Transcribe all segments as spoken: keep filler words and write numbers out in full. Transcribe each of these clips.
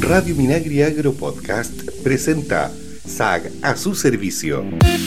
Radio Minagri Agro Podcast presenta S A G a su servicio.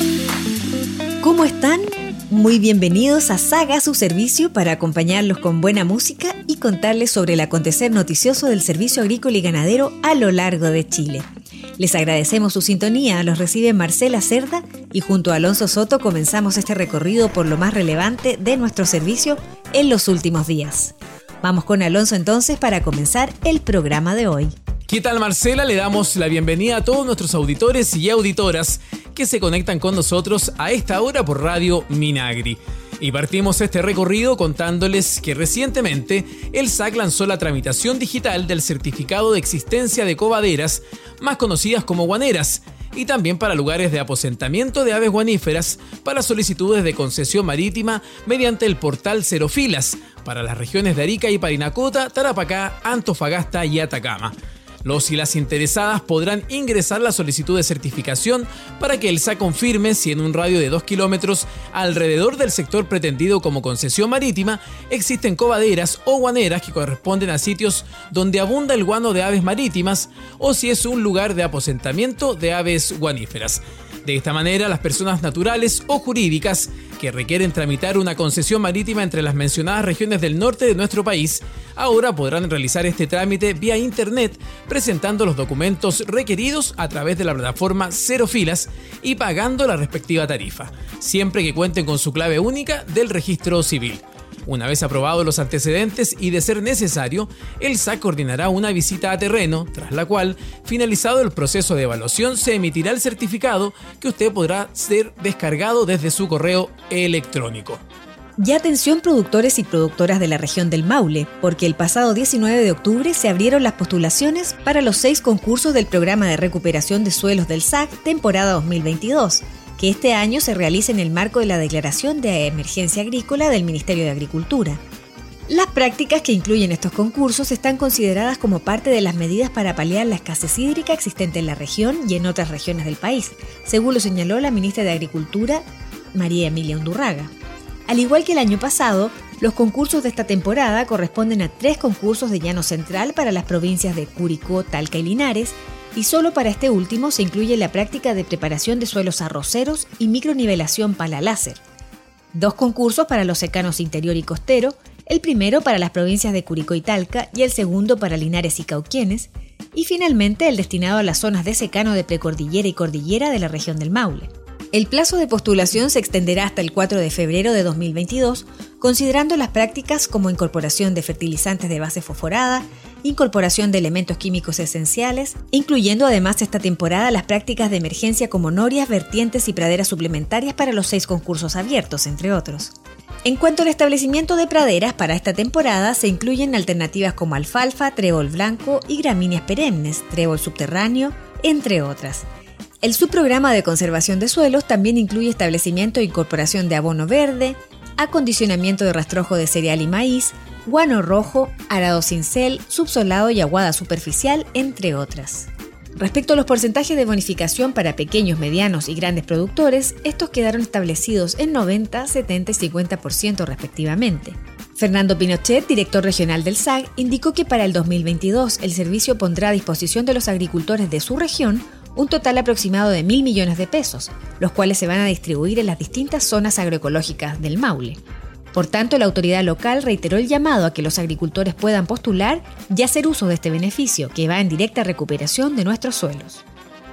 ¿Cómo están? Muy bienvenidos a S A G a su servicio para acompañarlos con buena música y contarles sobre el acontecer noticioso del servicio agrícola y ganadero a lo largo de Chile. Les agradecemos su sintonía, los recibe Marcela Cerda y junto a Alonso Soto comenzamos este recorrido por lo más relevante de nuestro servicio en los últimos días. Vamos con Alonso entonces para comenzar el programa de hoy. ¿Qué tal, Marcela? Le damos la bienvenida a todos nuestros auditores y auditoras que se conectan con nosotros a esta hora por Radio Minagri. Y partimos este recorrido contándoles que recientemente el S A C lanzó la tramitación digital del certificado de existencia de covaderas, más conocidas como guaneras, y también para lugares de aposentamiento de aves guaníferas para solicitudes de concesión marítima mediante el portal Cero Filas para las regiones de Arica y Parinacota, Tarapacá, Antofagasta y Atacama. Los y las interesadas podrán ingresar la solicitud de certificación para que el S A C confirme si en un radio de dos kilómetros alrededor del sector pretendido como concesión marítima existen covaderas o guaneras que corresponden a sitios donde abunda el guano de aves marítimas o si es un lugar de aposentamiento de aves guaníferas. De esta manera, las personas naturales o jurídicas que requieren tramitar una concesión marítima entre las mencionadas regiones del norte de nuestro país, ahora podrán realizar este trámite vía internet presentando los documentos requeridos a través de la plataforma Cero Filas y pagando la respectiva tarifa, siempre que cuenten con su clave única del registro civil. Una vez aprobados los antecedentes y de ser necesario, el S A C coordinará una visita a terreno, tras la cual, finalizado el proceso de evaluación, se emitirá el certificado que usted podrá ser descargado desde su correo electrónico. Y atención productores y productoras de la región del Maule, porque el pasado diecinueve de octubre se abrieron las postulaciones para los seis concursos del Programa de Recuperación de Suelos del S A C temporada dos mil veintidós. Que este año se realice en el marco de la Declaración de Emergencia Agrícola del Ministerio de Agricultura. Las prácticas que incluyen estos concursos están consideradas como parte de las medidas para paliar la escasez hídrica existente en la región y en otras regiones del país, según lo señaló la ministra de Agricultura, María Emilia Undurraga. Al igual que el año pasado, los concursos de esta temporada corresponden a tres concursos de llano central para las provincias de Curicó, Talca y Linares, y solo para este último se incluye la práctica de preparación de suelos arroceros y micronivelación pala láser. Dos concursos para los secanos interior y costero, el primero para las provincias de Curicó y Talca y el segundo para Linares y Cauquienes, y finalmente el destinado a las zonas de secano de precordillera y cordillera de la región del Maule. El plazo de postulación se extenderá hasta el cuatro de febrero de dos mil veintidós, considerando las prácticas como incorporación de fertilizantes de base fosforada, incorporación de elementos químicos esenciales, incluyendo además esta temporada las prácticas de emergencia como norias, vertientes y praderas suplementarias para los seis concursos abiertos, entre otros. En cuanto al establecimiento de praderas para esta temporada, se incluyen alternativas como alfalfa, trébol blanco y gramíneas perennes, trébol subterráneo, entre otras. El subprograma de conservación de suelos también incluye establecimiento e incorporación de abono verde, acondicionamiento de rastrojo de cereal y maíz, guano rojo, arado cincel, subsolado y aguada superficial, entre otras. Respecto a los porcentajes de bonificación para pequeños, medianos y grandes productores, estos quedaron establecidos en noventa, setenta y cincuenta por ciento respectivamente. Fernando Pinochet, director regional del S A C, indicó que para el dos mil veintidós el servicio pondrá a disposición de los agricultores de su región un total aproximado de mil millones de pesos, los cuales se van a distribuir en las distintas zonas agroecológicas del Maule. Por tanto, la autoridad local reiteró el llamado a que los agricultores puedan postular y hacer uso de este beneficio, que va en directa recuperación de nuestros suelos.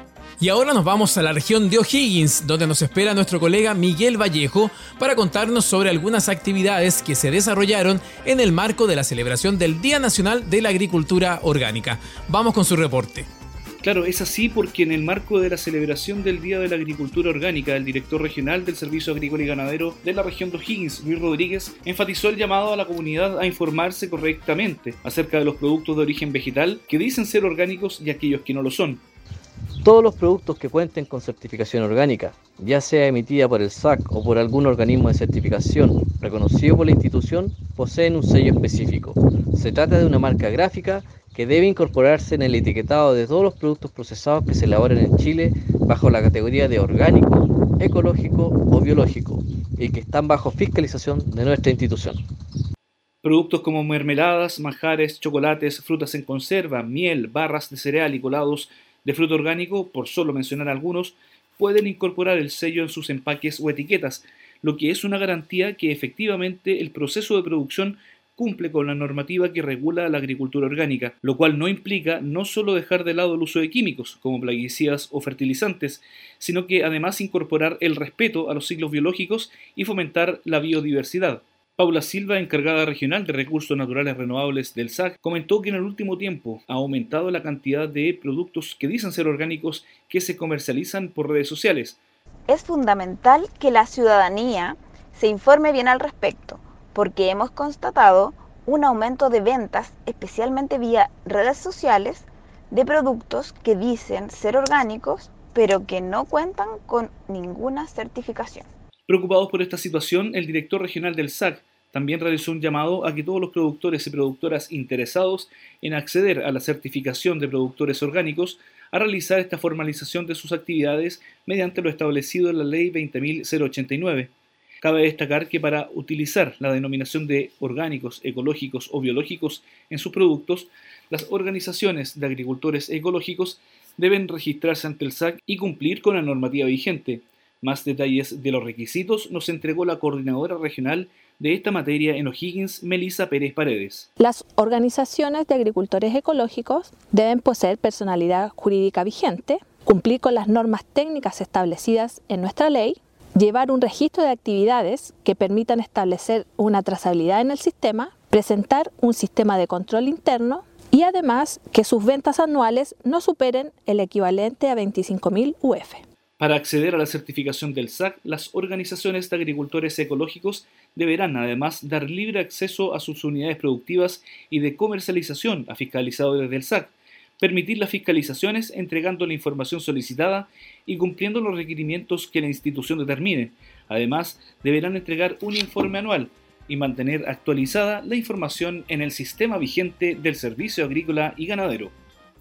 Y ahora nos vamos a la región de O'Higgins, donde nos espera nuestro colega Miguel Vallejo para contarnos sobre algunas actividades que se desarrollaron en el marco de la celebración del Día Nacional de la Agricultura Orgánica. Vamos con su reporte. Claro, es así porque en el marco de la celebración del Día de la Agricultura Orgánica, el director regional del Servicio Agrícola y Ganadero de la región de O'Higgins, Luis Rodríguez, enfatizó el llamado a la comunidad a informarse correctamente acerca de los productos de origen vegetal que dicen ser orgánicos y aquellos que no lo son. Todos los productos que cuenten con certificación orgánica, ya sea emitida por el S A C o por algún organismo de certificación reconocido por la institución, poseen un sello específico. Se trata de una marca gráfica que debe incorporarse en el etiquetado de todos los productos procesados que se elaboren en Chile bajo la categoría de orgánico, ecológico o biológico y que están bajo fiscalización de nuestra institución. Productos como mermeladas, manjares, chocolates, frutas en conserva, miel, barras de cereal y colados de fruto orgánico, por solo mencionar algunos, pueden incorporar el sello en sus empaques o etiquetas, lo que es una garantía que efectivamente el proceso de producción cumple con la normativa que regula la agricultura orgánica, lo cual no implica no solo dejar de lado el uso de químicos, como plaguicidas o fertilizantes, sino que además incorporar el respeto a los ciclos biológicos y fomentar la biodiversidad. Paula Silva, encargada regional de Recursos Naturales Renovables del S A C, comentó que en el último tiempo ha aumentado la cantidad de productos que dicen ser orgánicos que se comercializan por redes sociales. Es fundamental que la ciudadanía se informe bien al respecto, porque hemos constatado un aumento de ventas, especialmente vía redes sociales, de productos que dicen ser orgánicos, pero que no cuentan con ninguna certificación. Preocupados por esta situación, el director regional del S A C también realizó un llamado a que todos los productores y productoras interesados en acceder a la certificación de productores orgánicos a realizar esta formalización de sus actividades mediante lo establecido en la Ley veinte mil ochenta y nueve. Cabe destacar que para utilizar la denominación de orgánicos, ecológicos o biológicos en sus productos, las organizaciones de agricultores ecológicos deben registrarse ante el S A C y cumplir con la normativa vigente. Más detalles de los requisitos nos entregó la coordinadora regional de esta materia en O'Higgins, Melissa Pérez Paredes. Las organizaciones de agricultores ecológicos deben poseer personalidad jurídica vigente, cumplir con las normas técnicas establecidas en nuestra ley, llevar un registro de actividades que permitan establecer una trazabilidad en el sistema, presentar un sistema de control interno y además que sus ventas anuales no superen el equivalente a veinticinco mil U F. Para acceder a la certificación del S A C, las organizaciones de agricultores ecológicos deberán además dar libre acceso a sus unidades productivas y de comercialización a fiscalizadores del S A C, permitir las fiscalizaciones entregando la información solicitada y cumpliendo los requerimientos que la institución determine. Además, deberán entregar un informe anual y mantener actualizada la información en el sistema vigente del Servicio Agrícola y Ganadero.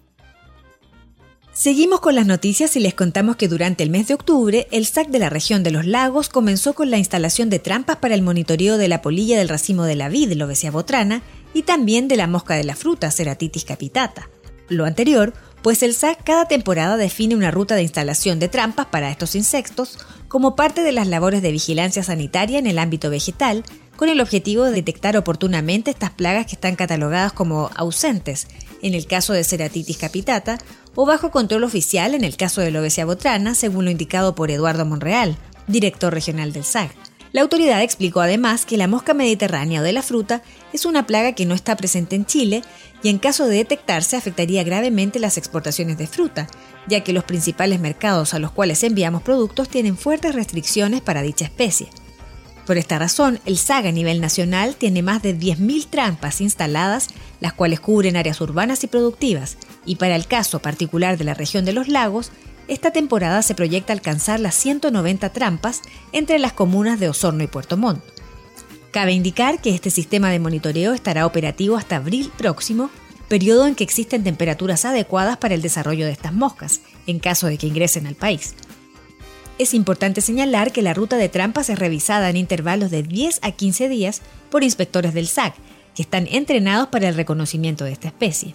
Seguimos con las noticias y les contamos que durante el mes de octubre, el S A C de la región de los lagos comenzó con la instalación de trampas para el monitoreo de la polilla del racimo de la vid, Lobesia botrana, y también de la mosca de la fruta, Ceratitis capitata. Lo anterior, pues el S A C cada temporada define una ruta de instalación de trampas para estos insectos como parte de las labores de vigilancia sanitaria en el ámbito vegetal, con el objetivo de detectar oportunamente estas plagas que están catalogadas como ausentes, en el caso de Ceratitis capitata, o bajo control oficial en el caso de Lobesia botrana, según lo indicado por Eduardo Monreal, director regional del S A C. La autoridad explicó además que la mosca mediterránea o de la fruta es una plaga que no está presente en Chile y en caso de detectarse afectaría gravemente las exportaciones de fruta, ya que los principales mercados a los cuales enviamos productos tienen fuertes restricciones para dicha especie. Por esta razón, el S A C a nivel nacional tiene más de diez mil trampas instaladas, las cuales cubren áreas urbanas y productivas, y para el caso particular de la región de los lagos, esta temporada se proyecta alcanzar las ciento noventa trampas entre las comunas de Osorno y Puerto Montt. Cabe indicar que este sistema de monitoreo estará operativo hasta abril próximo, periodo en que existen temperaturas adecuadas para el desarrollo de estas moscas, en caso de que ingresen al país. Es importante señalar que la ruta de trampas es revisada en intervalos de diez a quince días por inspectores del S A C, que están entrenados para el reconocimiento de esta especie.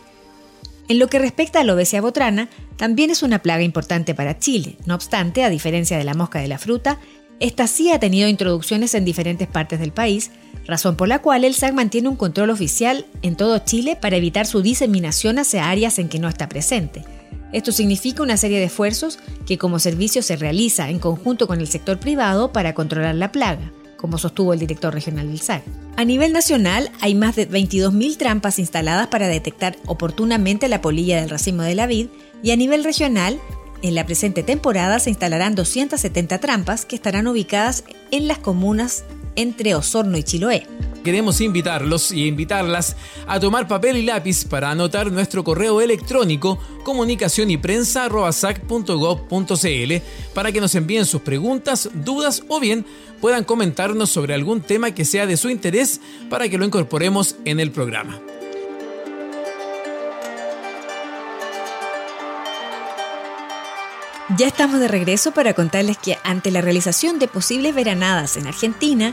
En lo que respecta a Lobesia botrana, también es una plaga importante para Chile. No obstante, a diferencia de la mosca de la fruta, esta sí ha tenido introducciones en diferentes partes del país, razón por la cual el S A C mantiene un control oficial en todo Chile para evitar su diseminación hacia áreas en que no está presente. Esto significa una serie de esfuerzos que como servicio se realiza en conjunto con el sector privado para controlar la plaga, como sostuvo el director regional del S A C. A nivel nacional hay más de veintidós mil trampas instaladas para detectar oportunamente la polilla del racimo de la vid y a nivel regional, en la presente temporada se instalarán doscientas setenta trampas que estarán ubicadas en las comunas entre Osorno y Chiloé. Queremos invitarlos y invitarlas a tomar papel y lápiz para anotar nuestro correo electrónico comunicación y prensa arroba sac punto gob punto cl para que nos envíen sus preguntas, dudas o bien puedan comentarnos sobre algún tema que sea de su interés para que lo incorporemos en el programa. Ya estamos de regreso para contarles que ante la realización de posibles veranadas en Argentina,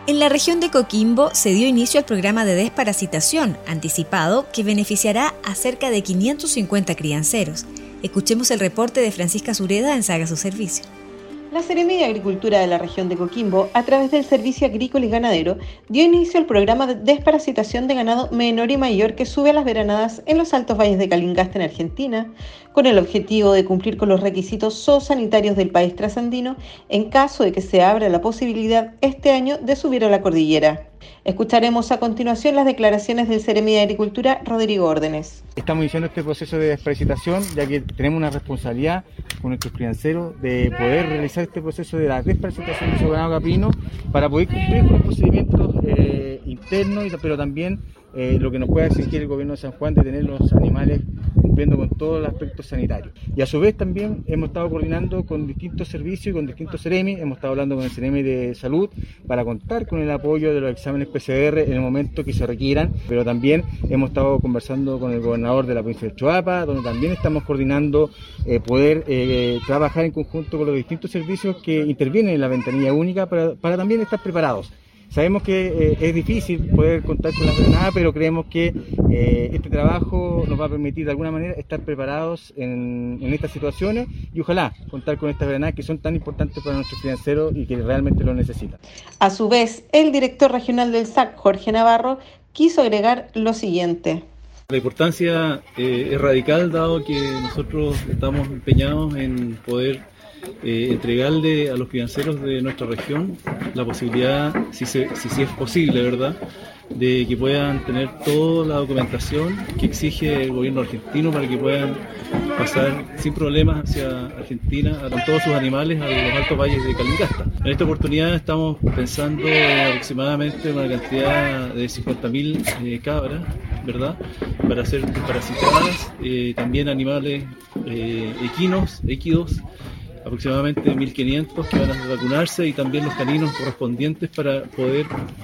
En la región de Coquimbo se dio inicio al programa de desparasitación anticipado que beneficiará a cerca de quinientos cincuenta crianceros. Escuchemos el reporte de Francisca Sureda en Saga Su Servicio. La Seremi de Agricultura de la región de Coquimbo, a través del Servicio Agrícola y Ganadero, dio inicio al programa de desparasitación de ganado menor y mayor que sube a las veranadas en los altos valles de Calingasta en Argentina, con el objetivo de cumplir con los requisitos zoosanitarios del país trasandino en caso de que se abra la posibilidad este año de subir a la cordillera. Escucharemos a continuación las declaraciones del Seremi de Agricultura, Rodrigo Órdenes. Estamos iniciando este proceso de desparasitación ya que tenemos una responsabilidad con nuestros crianceros de poder realizar este proceso de la desparasitación de su ganado caprino para poder cumplir con los procedimientos eh, internos, pero también eh, lo que nos pueda exigir el gobierno de San Juan de tener los animales cumpliendo con todos los aspectos sanitarios. Y a su vez también hemos estado coordinando con distintos servicios y con distintos Seremi, hemos estado hablando con el Seremi de Salud para contar con el apoyo de los exámenes P C R en el momento que se requieran, pero también hemos estado conversando con el gobernador de la provincia de Choapa, donde también estamos coordinando eh, poder eh, trabajar en conjunto con los distintos servicios que intervienen en la ventanilla única para, para también estar preparados. Sabemos que eh, es difícil poder contar con la veranada, pero creemos que eh, este trabajo nos va a permitir de alguna manera estar preparados en, en estas situaciones y ojalá contar con estas veranadas que son tan importantes para nuestros financieros y que realmente lo necesitan. A su vez, el director regional del S A C, Jorge Navarro, quiso agregar lo siguiente. La importancia eh, es radical, dado que nosotros estamos empeñados en poder Eh, entregarle a los crianceros de nuestra región la posibilidad, si, se, si, si es posible, ¿verdad?, de que puedan tener toda la documentación que exige el gobierno argentino para que puedan pasar sin problemas hacia Argentina con todos sus animales a los altos valles de Calingasta. En esta oportunidad estamos pensando en aproximadamente una cantidad de cincuenta mil eh, cabras, ¿verdad?, para ser desparasitadas, eh, también animales eh, equinos, equidos, aproximadamente mil quinientos que van a vacunarse y también los caninos correspondientes para poder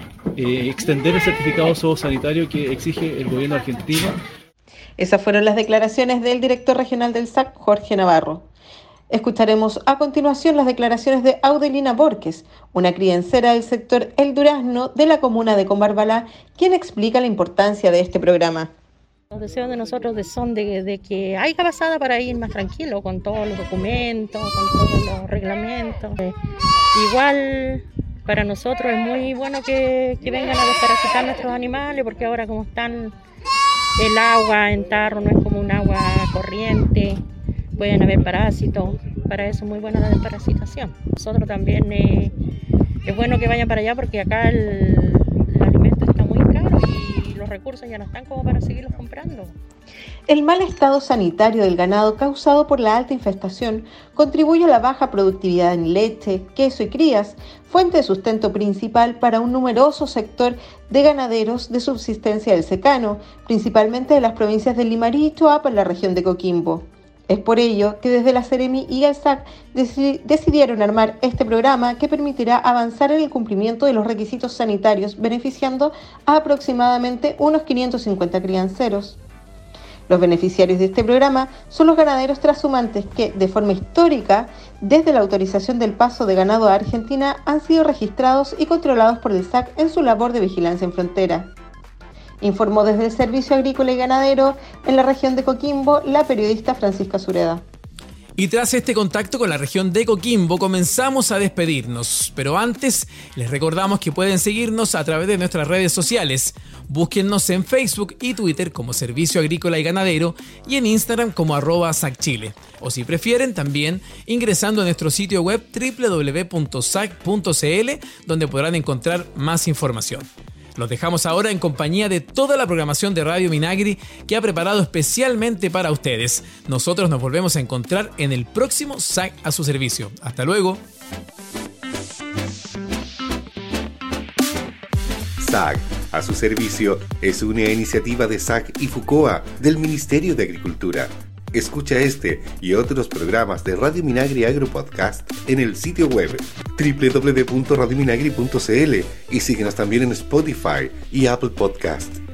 eh, extender el certificado zoosanitario que exige el gobierno argentino. Esas fueron las declaraciones del director regional del S A C, Jorge Navarro. Escucharemos a continuación las declaraciones de Audelina Borges, una criancera del sector El Durazno de la comuna de Combarbalá, quien explica la importancia de este programa. Los deseos de nosotros son de, de que haya pasada para ir más tranquilo con todos los documentos, con todos los reglamentos. Eh, igual para nosotros es muy bueno que, que vengan a desparasitar nuestros animales, porque ahora como están el agua en tarro no es como un agua corriente, pueden haber parásitos, para eso es muy buena la desparasitación. Nosotros también eh, es bueno que vayan para allá porque acá el, el alimento está muy caro y los recursos ya no están como para seguirlos comprando. El mal estado sanitario del ganado causado por la alta infestación contribuye a la baja productividad en leche, queso y crías, fuente de sustento principal para un numeroso sector de ganaderos de subsistencia del secano, principalmente de las provincias de Limarí y Choapa en la región de Coquimbo. Es por ello que desde la Seremi y el S A C decidieron armar este programa que permitirá avanzar en el cumplimiento de los requisitos sanitarios, beneficiando a aproximadamente unos quinientos cincuenta crianceros. Los beneficiarios de este programa son los ganaderos trashumantes que, de forma histórica, desde la autorización del paso de ganado a Argentina, han sido registrados y controlados por el S A C en su labor de vigilancia en frontera. Informó desde el Servicio Agrícola y Ganadero en la región de Coquimbo la periodista Francisca Sureda. Y tras este contacto con la región de Coquimbo comenzamos a despedirnos, pero antes les recordamos que pueden seguirnos a través de nuestras redes sociales. Búsquennos en Facebook y Twitter como Servicio Agrícola y Ganadero y en Instagram como arroba sacchile. O si prefieren también ingresando a nuestro sitio web doble u doble u doble u punto sac punto c l donde podrán encontrar más información. Los dejamos ahora en compañía de toda la programación de Radio Minagri que ha preparado especialmente para ustedes. Nosotros nos volvemos a encontrar en el próximo S A C a su servicio. Hasta luego. S A C a su servicio es una iniciativa de S A C y FUCOA del Ministerio de Agricultura. Escucha este y otros programas de Radio Minagri Agro Podcast en el sitio web doble u doble u doble u punto radio minagri punto c l y síguenos también en Spotify y Apple Podcast.